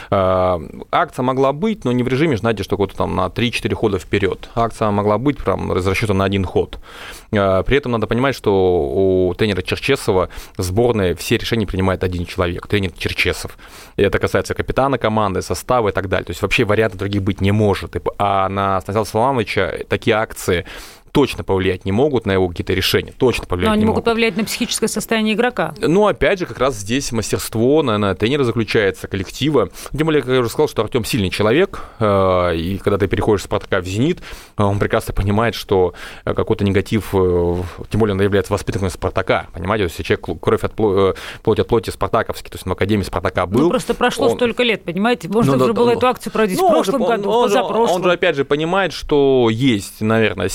Акция могла быть, но не в режиме, знаете, что какой-то там на три-четыре хода вперед. Акция могла быть прям с расчетом на один ход. При этом надо понимать, что у тренера Черчесова в сборной все решения принимает один человек, тренер Черчесов. И это касается капитана команды, состава и так далее. То есть вообще вариантов других быть не может. А на Станислава Саламовича такие акции точно повлиять не могут на его какие-то решения, точно повлиять Но они не могут могут. повлиять на психическое состояние игрока. Ну, опять же, как раз здесь мастерство, наверное, тренера заключается, коллектива. Тем более, как я уже сказал, что Артём сильный человек, и когда ты переходишь с «Спартака» в «Зенит», он прекрасно понимает, что какой-то негатив, тем более он является воспитанником «Спартака», понимаете, то есть человек кровь от плоти, плоть от плоти спартаковский, то есть в Академии «Спартака» был. Ну, просто прошло он... столько лет, понимаете, можно ну, уже да, было ну, эту акцию проводить ну, в прошлом он, году, он, позапрошлом. Он же, опять же, понимает, что есть, наверное, силы,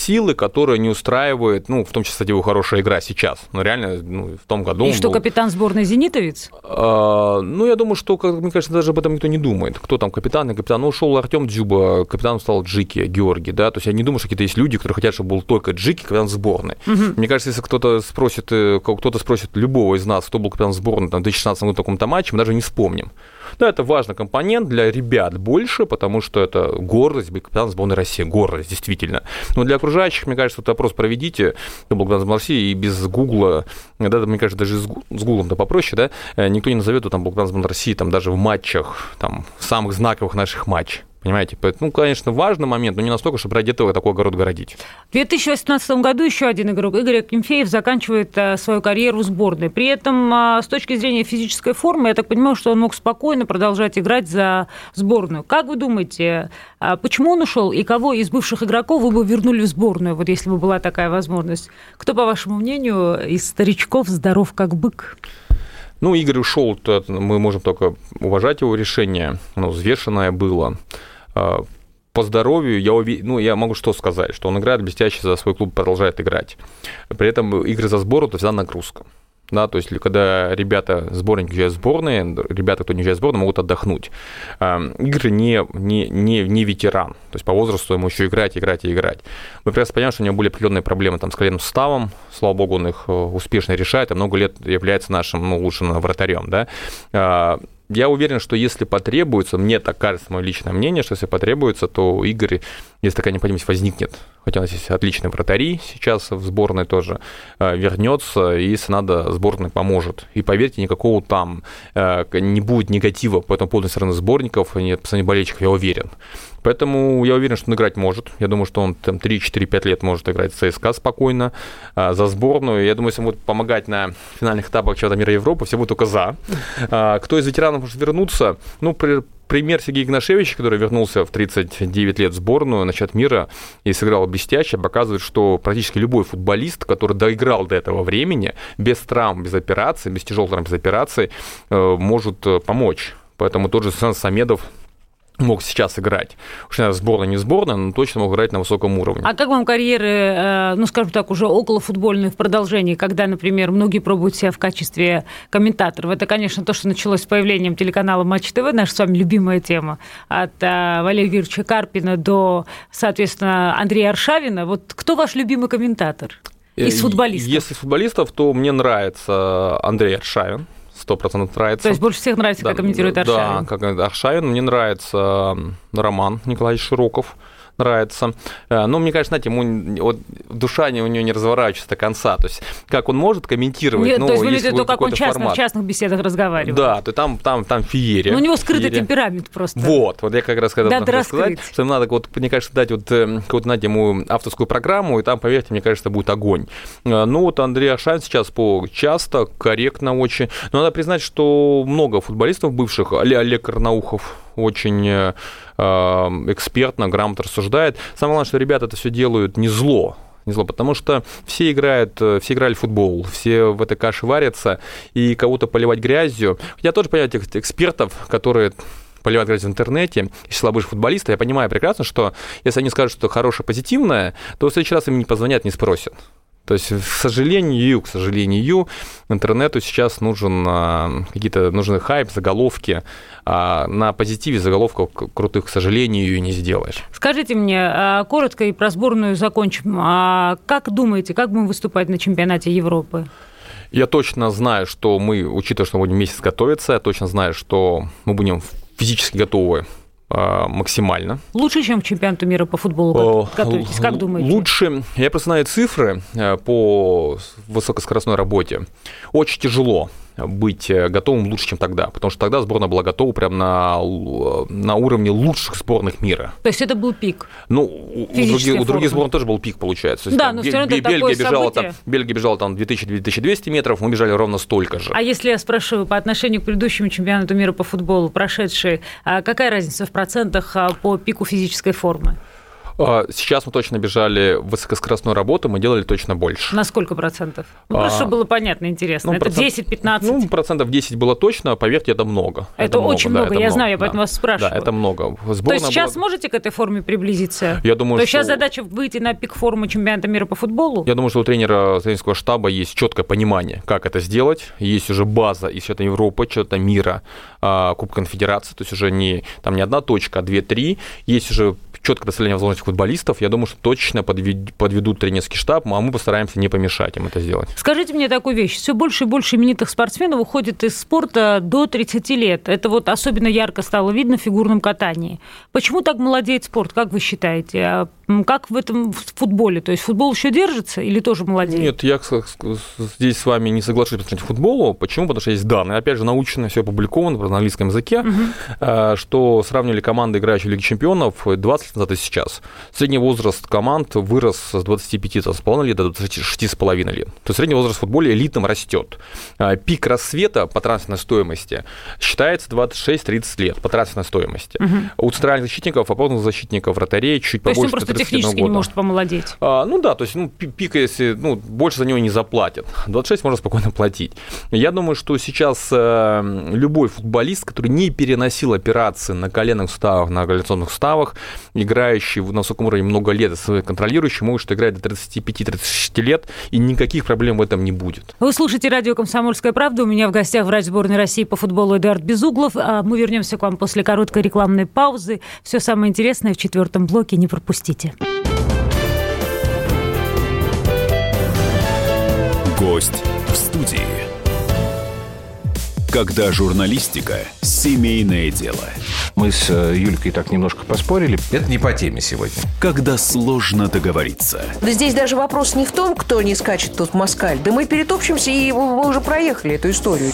которая не устраивает, ну, в том числе, кстати, его хорошая игра сейчас, но реально ну, в том году... И что, был... капитан сборной «Зенитовец»? А, ну, я думаю, что, как, мне кажется, даже об этом никто не думает. Кто там капитан, не капитан. Ну, ушел Артем Дзюба, капитаном стал Джики, Георгий, да, то есть я не думаю, что какие-то есть люди, которые хотят, чтобы был только Джики, капитан сборной. Угу. Мне кажется, если кто-то спросит, кто-то спросит любого из нас, кто был капитан сборной там, в две тысячи шестнадцатом году в таком-то матче, мы даже не вспомним. Да, это важный компонент для ребят больше, потому что это гордость быть капитаном сборной России, гордость, действительно. Но для окружающих, мне кажется, этот вопрос проведите, кто был капитаном сборной России, и без Гугла, да, мне кажется, даже с Гуглом-то попроще, да, никто не назовет, кто там был капитаном сборной России, там, даже в матчах, там, самых знаковых наших матчей. Понимаете? Ну, конечно, важный момент, но не настолько, чтобы ради этого такой огород городить. В две тысячи восемнадцатом году еще один игрок, Игорь Акинфеев, заканчивает свою карьеру в сборной. При этом, с точки зрения физической формы, я так понимаю, что он мог спокойно продолжать играть за сборную. Как вы думаете, почему он ушел и кого из бывших игроков вы бы вернули в сборную, вот если бы была такая возможность? Кто, по вашему мнению, из старичков здоров как бык? Ну, Игорь ушел, мы можем только уважать его решение, оно взвешенное было. По здоровью я, уверен, ну, я могу что сказать, что он играет блестяще за свой клуб, продолжает играть. При этом игры за сборную – это всегда нагрузка. Да, то есть, когда ребята, сборники уезжают в сборные, ребята, кто не уезжает в сборную, могут отдохнуть. Игорь не, не, не, не ветеран, то есть по возрасту ему еще играть, играть и играть. Мы прекрасно понимаем, что у него были определенные проблемы там, с коленным суставом, слава богу, он их успешно решает, и много лет является нашим ну, лучшим вратарем. Да. Я уверен, что если потребуется, мне так кажется, мое личное мнение, что если потребуется, то Игорь, если такая необходимость возникнет, хотя у нас есть отличные вратари сейчас в сборной тоже, вернется, и если надо, сборная поможет. И поверьте, никакого там не будет негатива по этому поводу со стороны сборников и со стороны болельщиков, я уверен. Поэтому я уверен, что он играть может. Я думаю, что он там три-четыре-пять лет может играть в ЦСКА спокойно а, за сборную. Я думаю, если он будет помогать на финальных этапах чемпионата мира Европы, все будут только за. А, кто из ветеранов может вернуться? Ну, при, пример Сергея Игнашевича, который вернулся в тридцать девять лет в сборную на чемпионат мира и сыграл блестяще, показывает, что практически любой футболист, который доиграл до этого времени, без травм, без операций, без тяжелых травм, без операций, может помочь. Поэтому тот же Сан Самедов мог сейчас играть. Уж не сборная, не сборная, но точно мог играть на высоком уровне. А как вам карьеры, ну, скажем так, уже околофутбольные в продолжении, когда, например, многие пробуют себя в качестве комментаторов? Это, конечно, то, что началось с появлением телеканала Матч ТВ, наша с вами любимая тема, от Валерия Юрьевича Карпина до, соответственно, Андрея Аршавина. Вот кто ваш любимый комментатор из футболистов? Если из футболистов, то мне нравится Андрей Аршавин. Сто процентов нравится. То есть больше всех нравится, да, как комментирует Аршавин? Да, как Аршавин. Мне нравится Роман Николаевич Широков. Нравится. Но мне кажется, знаете, ему вот, душа у него не разворачивается до конца. То есть, как он может комментировать, Нет, ну, то есть, вы видите, то, как он частно, в частных беседах разговаривает. Да, то там, там, там феерия. Но у него скрытый феерия. Темперамент просто. Вот, вот я как раз хотел надо сказать, что надо, вот, мне кажется, дать вот, вот, знаете, ему авторскую программу, и там, поверьте, мне кажется, будет огонь. Ну, вот Андрей Аршавин сейчас по часто, корректно очень. Но надо признать, что много футболистов бывших, Олег Карнаухов, очень э, экспертно, грамотно рассуждает. Самое главное, что ребята это все делают не зло, не зло, потому что все играют, все играли в футбол, все в этой каше варятся, и кого-то поливать грязью. Я тоже понимаю этих экспертов, которые поливать грязь в интернете, из числа бывших футболистов, я понимаю прекрасно, что если они скажут что-то хорошее, позитивное, то в следующий раз им не позвонят, не спросят. То есть, к сожалению, к сожалению, интернету сейчас нужен какие-то нужны хайп, заголовки. А на позитиве заголовков крутых, к сожалению, не сделаешь. Скажите мне, коротко и про сборную закончим. Как думаете, как будем выступать на чемпионате Европы? Я точно знаю, что мы, учитывая, что мы будем месяц готовиться, я точно знаю, что мы будем физически готовы максимально. Лучше, чем к чемпионату мира по футболу готовитесь, как думаете? Лучше. Я просто знаю цифры по высокоскоростной работе. Очень тяжело быть готовым лучше, чем тогда, потому что тогда сборная была готова прямо на, на уровне лучших сборных мира. То есть это был пик? Ну, у других, у других сборных тоже был пик, получается. Да, но все равно это такое бежала там, Бельгия бежала там две тысячи - две тысячи двести метров, мы бежали ровно столько же. А если я спрошу, по отношению к предыдущему чемпионату мира по футболу, прошедший, какая разница в процентах по пику физической формы? Сейчас мы точно бежали высокоскоростную работу, мы делали точно больше. На сколько процентов? Ну, просто, а, чтобы было понятно, интересно. Ну, это процент, десять-пятнадцать? Ну, процентов десять было точно, поверьте, это много. Это, это очень много, да, много. я много, знаю, я да. поэтому вас спрашиваю. Да, это много. Сборная То есть сейчас была... сможете к этой форме приблизиться? Я думаю, То что... сейчас задача выйти на пик формы чемпионата мира по футболу? Я думаю, что у тренера тренерского штаба есть четкое понимание, как это сделать. Есть уже база из чемпионата Европы, чемпионата мира, Кубка Конфедерации, то есть уже не, там не одна точка, а две-три. Есть уже четкое представление возможностей футболистов. Я думаю, что точно подведут тренерский штаб, а мы постараемся не помешать им это сделать. Скажите мне такую вещь. Все больше и больше именитых спортсменов уходит из спорта до тридцати лет. Это вот особенно ярко стало видно в фигурном катании. Почему так молодеет спорт, как вы считаете? Как в этом в футболе? То есть футбол еще держится или тоже молодеет? Нет, я здесь с вами не соглашусь по футболу. Почему? Потому что есть данные. Опять же, научно все опубликовано на английском языке, угу. что сравнивали команды, играющие в Лиге чемпионов, двадцать лет назад и сейчас. Средний возраст команд вырос с двадцати пяти с половиной лет до двадцати шести с половиной лет. То есть средний возраст в футболе элитным растет. Пик рассвета по трансферной стоимости считается двадцать шесть тридцать лет по трансферной стоимости. Угу. У центральных защитников, опорных защитников, вратарей чуть то побольше тридцати технически года. Не может помолодеть. А, ну да, то есть ну, пик, если ну, больше за него не заплатят. двадцать шесть можно спокойно платить. Я думаю, что сейчас э, любой футболист, который не переносил операции на коленных суставах, на коалиционных суставах, играющий на высоком уровне много лет, контролирующий, может играть до тридцати пяти тридцати шести лет, и никаких проблем в этом не будет. Вы слушаете радио «Комсомольская правда». У меня в гостях врач сборной России по футболу Эдуард Безуглов. А мы вернемся к вам после короткой рекламной паузы. Все самое интересное в четвертом блоке. Не пропустите. Гость в студии. Когда журналистика – семейное дело. Мы с Юлькой так немножко поспорили. Это не по теме сегодня. Когда сложно договориться. Да здесь даже вопрос не в том, кто не скачет тут в москаль. Да мы перетопчемся, и мы уже проехали эту историю.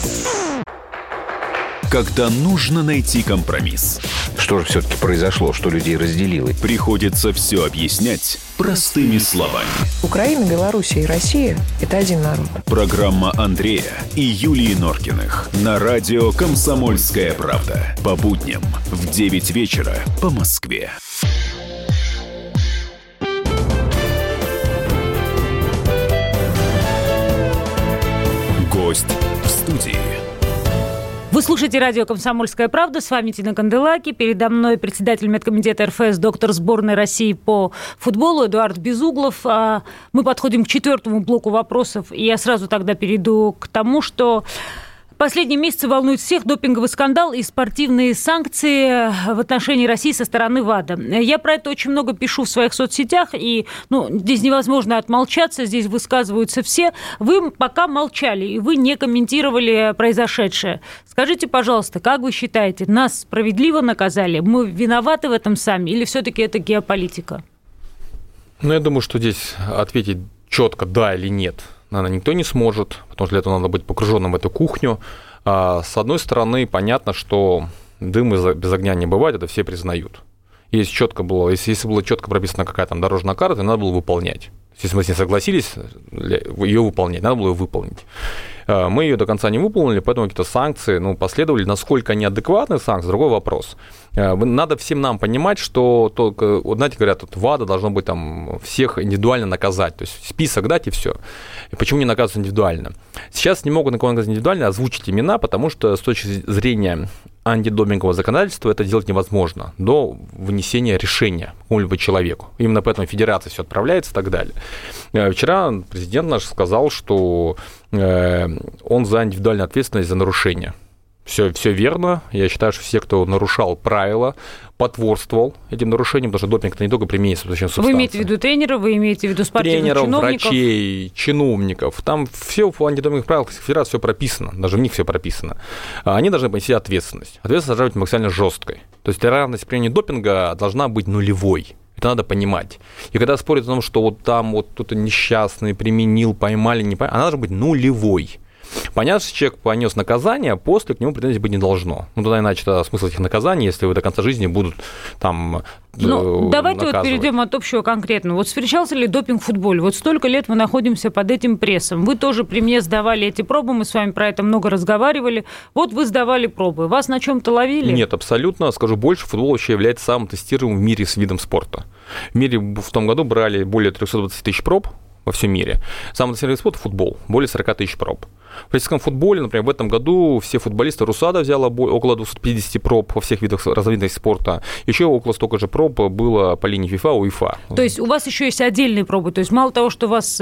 Когда нужно найти компромисс. Что же все-таки произошло, что людей разделило? Приходится все объяснять простыми словами. Украина, Белоруссия и Россия – это один народ. Программа Андрея и Юлии Норкиных на радио «Комсомольская правда». По будням в девять вечера по Москве. Гость в студии. Вы слушаете радио «Комсомольская правда». С вами Тина Канделаки. Передо мной председатель медкомитета эр эф эс, доктор сборной России по футболу Эдуард Безуглов. Мы подходим к четвертому блоку вопросов. И я сразу тогда перейду к тому, что... Последние месяцы волнует всех допинговый скандал и спортивные санкции в отношении России со стороны ВАДА. Я про это очень много пишу в своих соцсетях, и ну, здесь невозможно отмолчаться, здесь высказываются все. Вы пока молчали, и вы не комментировали произошедшее. Скажите, пожалуйста, как вы считаете, нас справедливо наказали? Мы виноваты в этом сами, или все-таки это геополитика? Ну, я думаю, что здесь ответить четко да или нет наверное, никто не сможет, потому что для этого надо быть погруженным в эту кухню. С одной стороны, понятно, что дым без огня не бывает, это все признают. Если четко было, если, если было четко прописана какая-то там дорожная карта, надо было выполнять. Если мы с ней согласились, ее выполнять, надо было ее выполнить. Мы ее до конца не выполнили, поэтому какие-то санкции ну, последовали. Насколько они адекватные санкции, другой вопрос. Надо всем нам понимать, что только, вот знаете, говорят, вот ВАДА должно быть там всех индивидуально наказать. То есть список дать и все. И почему не наказывать индивидуально? Сейчас не могут никого наказать индивидуально, озвучить имена, потому что с точки зрения антидопингового законодательства это делать невозможно до вынесения решения какому-либо человеку. Именно поэтому федерация все отправляется и так далее. Вчера президент наш сказал, что он за индивидуальную ответственность за нарушение. Все, все верно. Я считаю, что все, кто нарушал правила, потворствовал этим нарушением, потому что допинг – это не только применение субстанции. Вы имеете в виду тренеров, вы имеете в виду спортивных тренеров, чиновников? Тренеров, врачей, чиновников. Там все в антидопинговых правилах федерации все прописано, даже в них все прописано. Они должны понести ответственность. Ответственность должна быть максимально жесткой. То есть толерантность применения допинга должна быть нулевой. Это надо понимать. И когда спорят о том, что вот там вот кто-то несчастный применил, поймали, не поймали, она должна быть нулевой. Понятно, что человек понес наказание, после к нему претензий быть не должно. Ну, тогда иначе это смысл этих наказаний, если вы до конца жизни будут там ну, давайте вот перейдем от общего к конкретному. Вот встречался ли допинг в футболе? Вот столько лет мы находимся под этим прессом. Вы тоже при мне сдавали эти пробы, мы с вами про это много разговаривали. Вот вы сдавали пробы. Вас на чем-то ловили? Нет, абсолютно. Скажу больше, футбол вообще является самым тестируемым в мире с видом спорта. В мире в том году брали более триста двадцать тысяч проб во всем мире. Самый национальный вид спорта – футбол, более сорок тысяч проб. В российском футболе, например, в этом году все футболисты РУСАДА взяла около двести пятьдесят проб во всех видах разновидностей спорта. Еще около столько же проб было по линии ФИФА, УЕФА. То есть у вас еще есть отдельные пробы? То есть мало того, что у вас,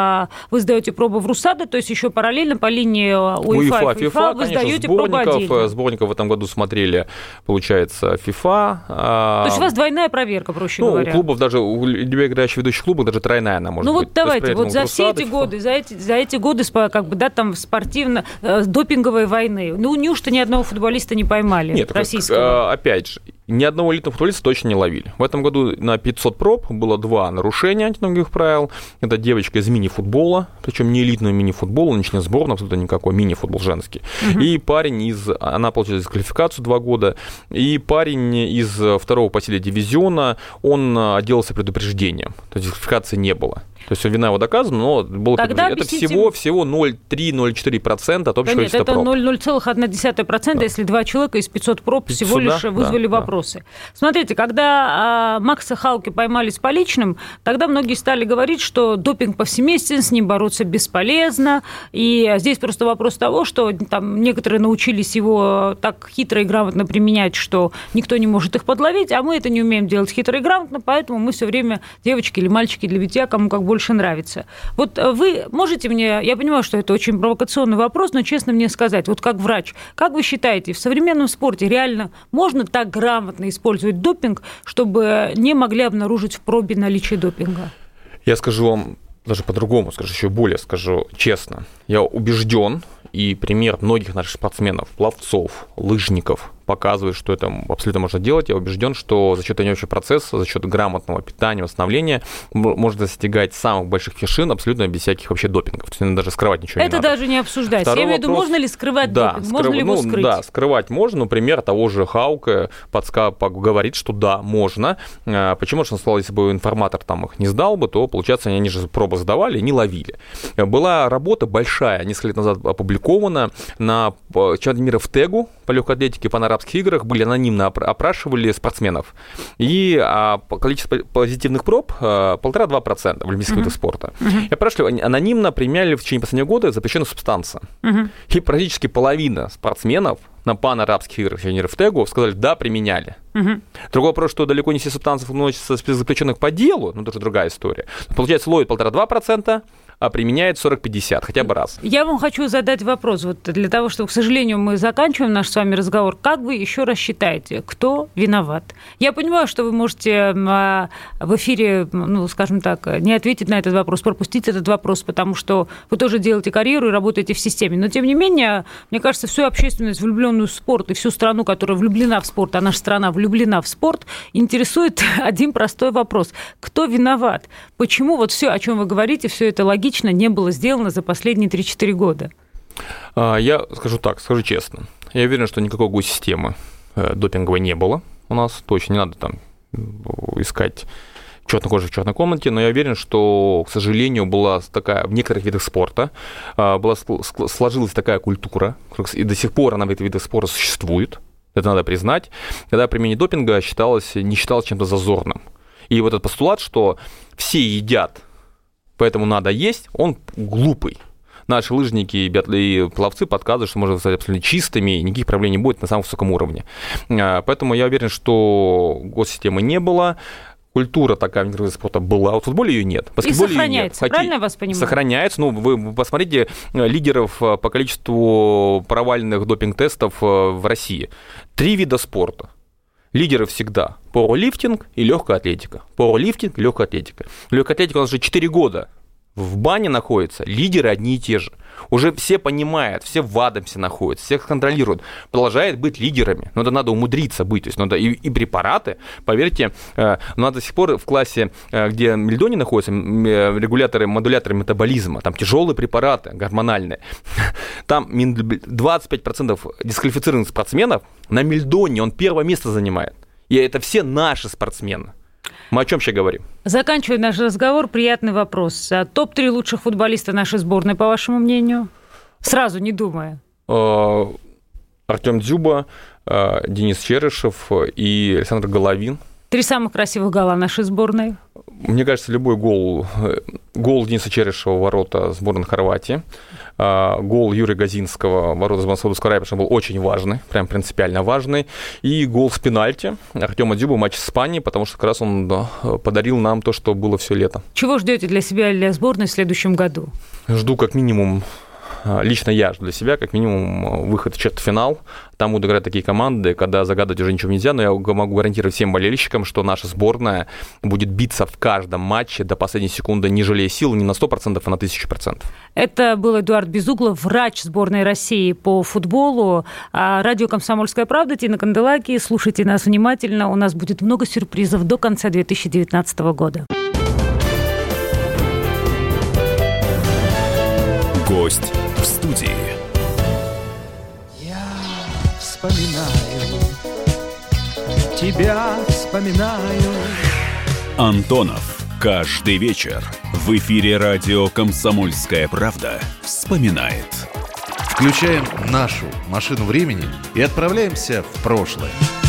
вы сдаете пробы в РУСАДА, то есть еще параллельно по линии УЕФА, УЕФА и ФИФА вы сдаете пробы отдельно? Сборников в этом году смотрели, получается, ФИФА. То есть у вас двойная проверка, проще ну, говоря? У клубов даже, у играющих в ведущих клубах даже тройная она может ну, быть. Ну вот давайте, вот за все эти годы, за эти, за эти годы, как бы, да, там спортивно, э, допинговой войны, ну, неужто ни одного футболиста не поймали? Нет, российского? Как, опять же, ни одного элитного футболиста точно не ловили. В этом году на пятьсот проб было два нарушения антидопинговых правил. Это девочка из мини-футбола, причем не элитного мини-футбола, ничего не сборная, абсолютно никакой, мини-футбол женский. Угу. И парень из, она получила дисквалификацию два года, и парень из второго по силе дивизиона, он отделался предупреждением, то есть дисквалификации не было. То есть вина его доказана, но было предупреждение. Это всего, всего ноль целых три - ноль целых четыре десятых процента от общего да количества нет, это проб. ноль целых одна десятая процента, да. Если два человека из пятисот проб всего Сюда, лишь вызвали да, вопросы. Да. Смотрите, когда а, Макса Халке поймали с поличным, тогда многие стали говорить, что допинг повсеместен, с ним бороться бесполезно. И здесь просто вопрос того, что там некоторые научились его так хитро и грамотно применять, что никто не может их подловить, а мы это не умеем делать хитро и грамотно, поэтому мы все время девочки или мальчики для битья, кому как больше нравится. Вот вы можете мне, я понимаю, что это очень провокационный вопрос, но честно мне сказать, вот как врач, как вы считаете, в современном спорте реально можно так грамотно использовать допинг, чтобы не могли обнаружить в пробе наличие допинга? Я скажу вам даже по-другому, скажу еще более, скажу честно. Я убежден, и пример многих наших спортсменов, пловцов, лыжников показывает, что это абсолютно можно делать. Я убежден, что за счет тренировочного процесса, за счет грамотного питания, восстановления можно достигать самых больших вершин абсолютно без всяких вообще допингов. То есть даже скрывать ничего это не надо. Это даже не обсуждать. Второй Я имею в виду, можно ли скрывать да, допинг? Скрыв... Можно ли его ну, скрыть? Да, скрывать можно. Например, того же Хаука подска... говорит, что да, можно. Почему? Потому что он сказал, если бы информатор там их не сдал бы, то, получается, они же пробы сдавали и не ловили. Была работа большая, несколько лет назад опубликована на чемпионате мира в Тегу по легкой атлетике, по арабских играх, были анонимно опрашивали спортсменов. И а, количество позитивных проб полтора-два процента в олимпийских видах uh-huh. спорта. Uh-huh. И опрашивали анонимно, применяли в течение последнего года запрещенную субстанцию. Uh-huh. И практически половина спортсменов на панарабских играх в Тегу сказали, да, применяли. Uh-huh. Другой вопрос, что далеко не все субстанции вносятся в список запрещенных по делу, ну, это уже другая история. Получается, ловит полтора-два процента, а применяет сорок-пятьдесят, хотя бы раз. Я вам хочу задать вопрос, вот для того, чтобы, к сожалению, мы заканчиваем наш с вами разговор. Как вы еще раз считаете, кто виноват? Я понимаю, что вы можете в эфире, ну, скажем так, не ответить на этот вопрос, пропустить этот вопрос, потому что вы тоже делаете карьеру и работаете в системе. Но, тем не менее, мне кажется, всю общественность, влюбленную в спорт, и всю страну, которая влюблена в спорт, а наша страна влюблена в спорт, интересует один простой вопрос. Кто виноват? Почему вот все, о чем вы говорите, все это логично, не было сделано за последние три-четыре года? Я скажу так, скажу честно. Я уверен, что никакой госсистемы допинговой не было у нас. Точно не надо там искать черной кожи в черной комнате, но я уверен, что, к сожалению, была такая, в некоторых видах спорта была, сложилась такая культура, и до сих пор она в этих видах спорта существует, это надо признать, когда применение допинга считалось, не считалось чем-то зазорным. И вот этот постулат, что все едят, поэтому надо есть, он глупый. Наши лыжники и пловцы подсказывают, что можно стать абсолютно чистыми, и никаких проблем не будет на самом высоком уровне. Поэтому я уверен, что госсистемы не было. Культура такая в некоторых видах спорта была, а в футболе ее нет. В баскетболе и сохраняется, ее нет. Правильно я вас понимаю? Сохраняется. Ну, вы посмотрите лидеров по количеству провальных допинг-тестов в России. Три вида спорта. Лидеры всегда пауэрлифтинг и легкая атлетика. Пауэрлифтинг и легкая атлетика. Легкая атлетика у нас уже четыре года в бане находится, лидеры одни и те же. Уже все понимают, все в Адамсе находятся, всех контролируют. Продолжает быть лидерами. Но это надо умудриться быть. То есть надо и, и препараты, поверьте, э, надо до сих пор в классе, э, где мельдоний находятся, э, регуляторы, модуляторы метаболизма, там тяжелые препараты гормональные. Там двадцать пять процентов дисквалифицированных спортсменов на мельдоне, он первое место занимает. И это все наши спортсмены. Мы о чем сейчас говорим? Заканчивая наш разговор, приятный вопрос. топ три лучших футболиста нашей сборной, по вашему мнению? Сразу, не думая. Артем Дзюба, Денис Черышев и Александр Головин. Три самых красивых гола нашей сборной. Мне кажется, любой гол, гол Дениса Черышева в ворота сборной Хорватии, гол Юрия Газинского в ворота сборной Саудовской Аравии был очень важный, прям принципиально важный, и гол с пенальти Артема Дзюбы в матче с Испанией, потому что как раз он да, подарил нам то, что было все лето. Чего ждете для себя и для сборной в следующем году? Жду как минимум, лично я жду для себя как минимум выход в четвертьфинал. Там будут играть такие команды, когда загадывать уже ничего нельзя, но я могу гарантировать всем болельщикам, что наша сборная будет биться в каждом матче до последней секунды, не жалея сил, не на сто процентов, а на тысячу процентов. Это был Эдуард Безуглов, врач сборной России по футболу. Радио «Комсомольская правда», Тина Канделаки. Слушайте нас внимательно, у нас будет много сюрпризов до конца две тысячи девятнадцатого года. Гость в студии. Я вспоминаю, тебя вспоминаю. Антонов. Каждый вечер в эфире радио «Комсомольская правда» вспоминает. Включаем нашу машину времени и отправляемся в прошлое.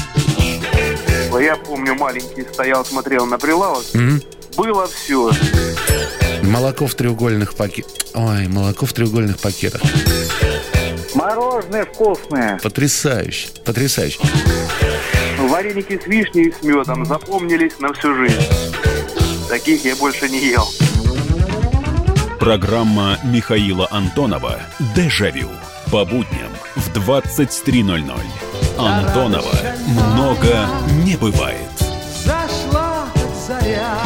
Я помню, маленький стоял, смотрел на прилавок. Mm-hmm. Было все. Молоко в треугольных пакетах. Ой, молоко в треугольных пакетах. Мороженое вкусное. Потрясающе, потрясающе. Вареники с вишней и с медом запомнились на всю жизнь. Таких я больше не ел. Программа Михаила Антонова «Дежавю». По будням в двадцать три ноль ноль. Антонова много не бывает. Зашла заря.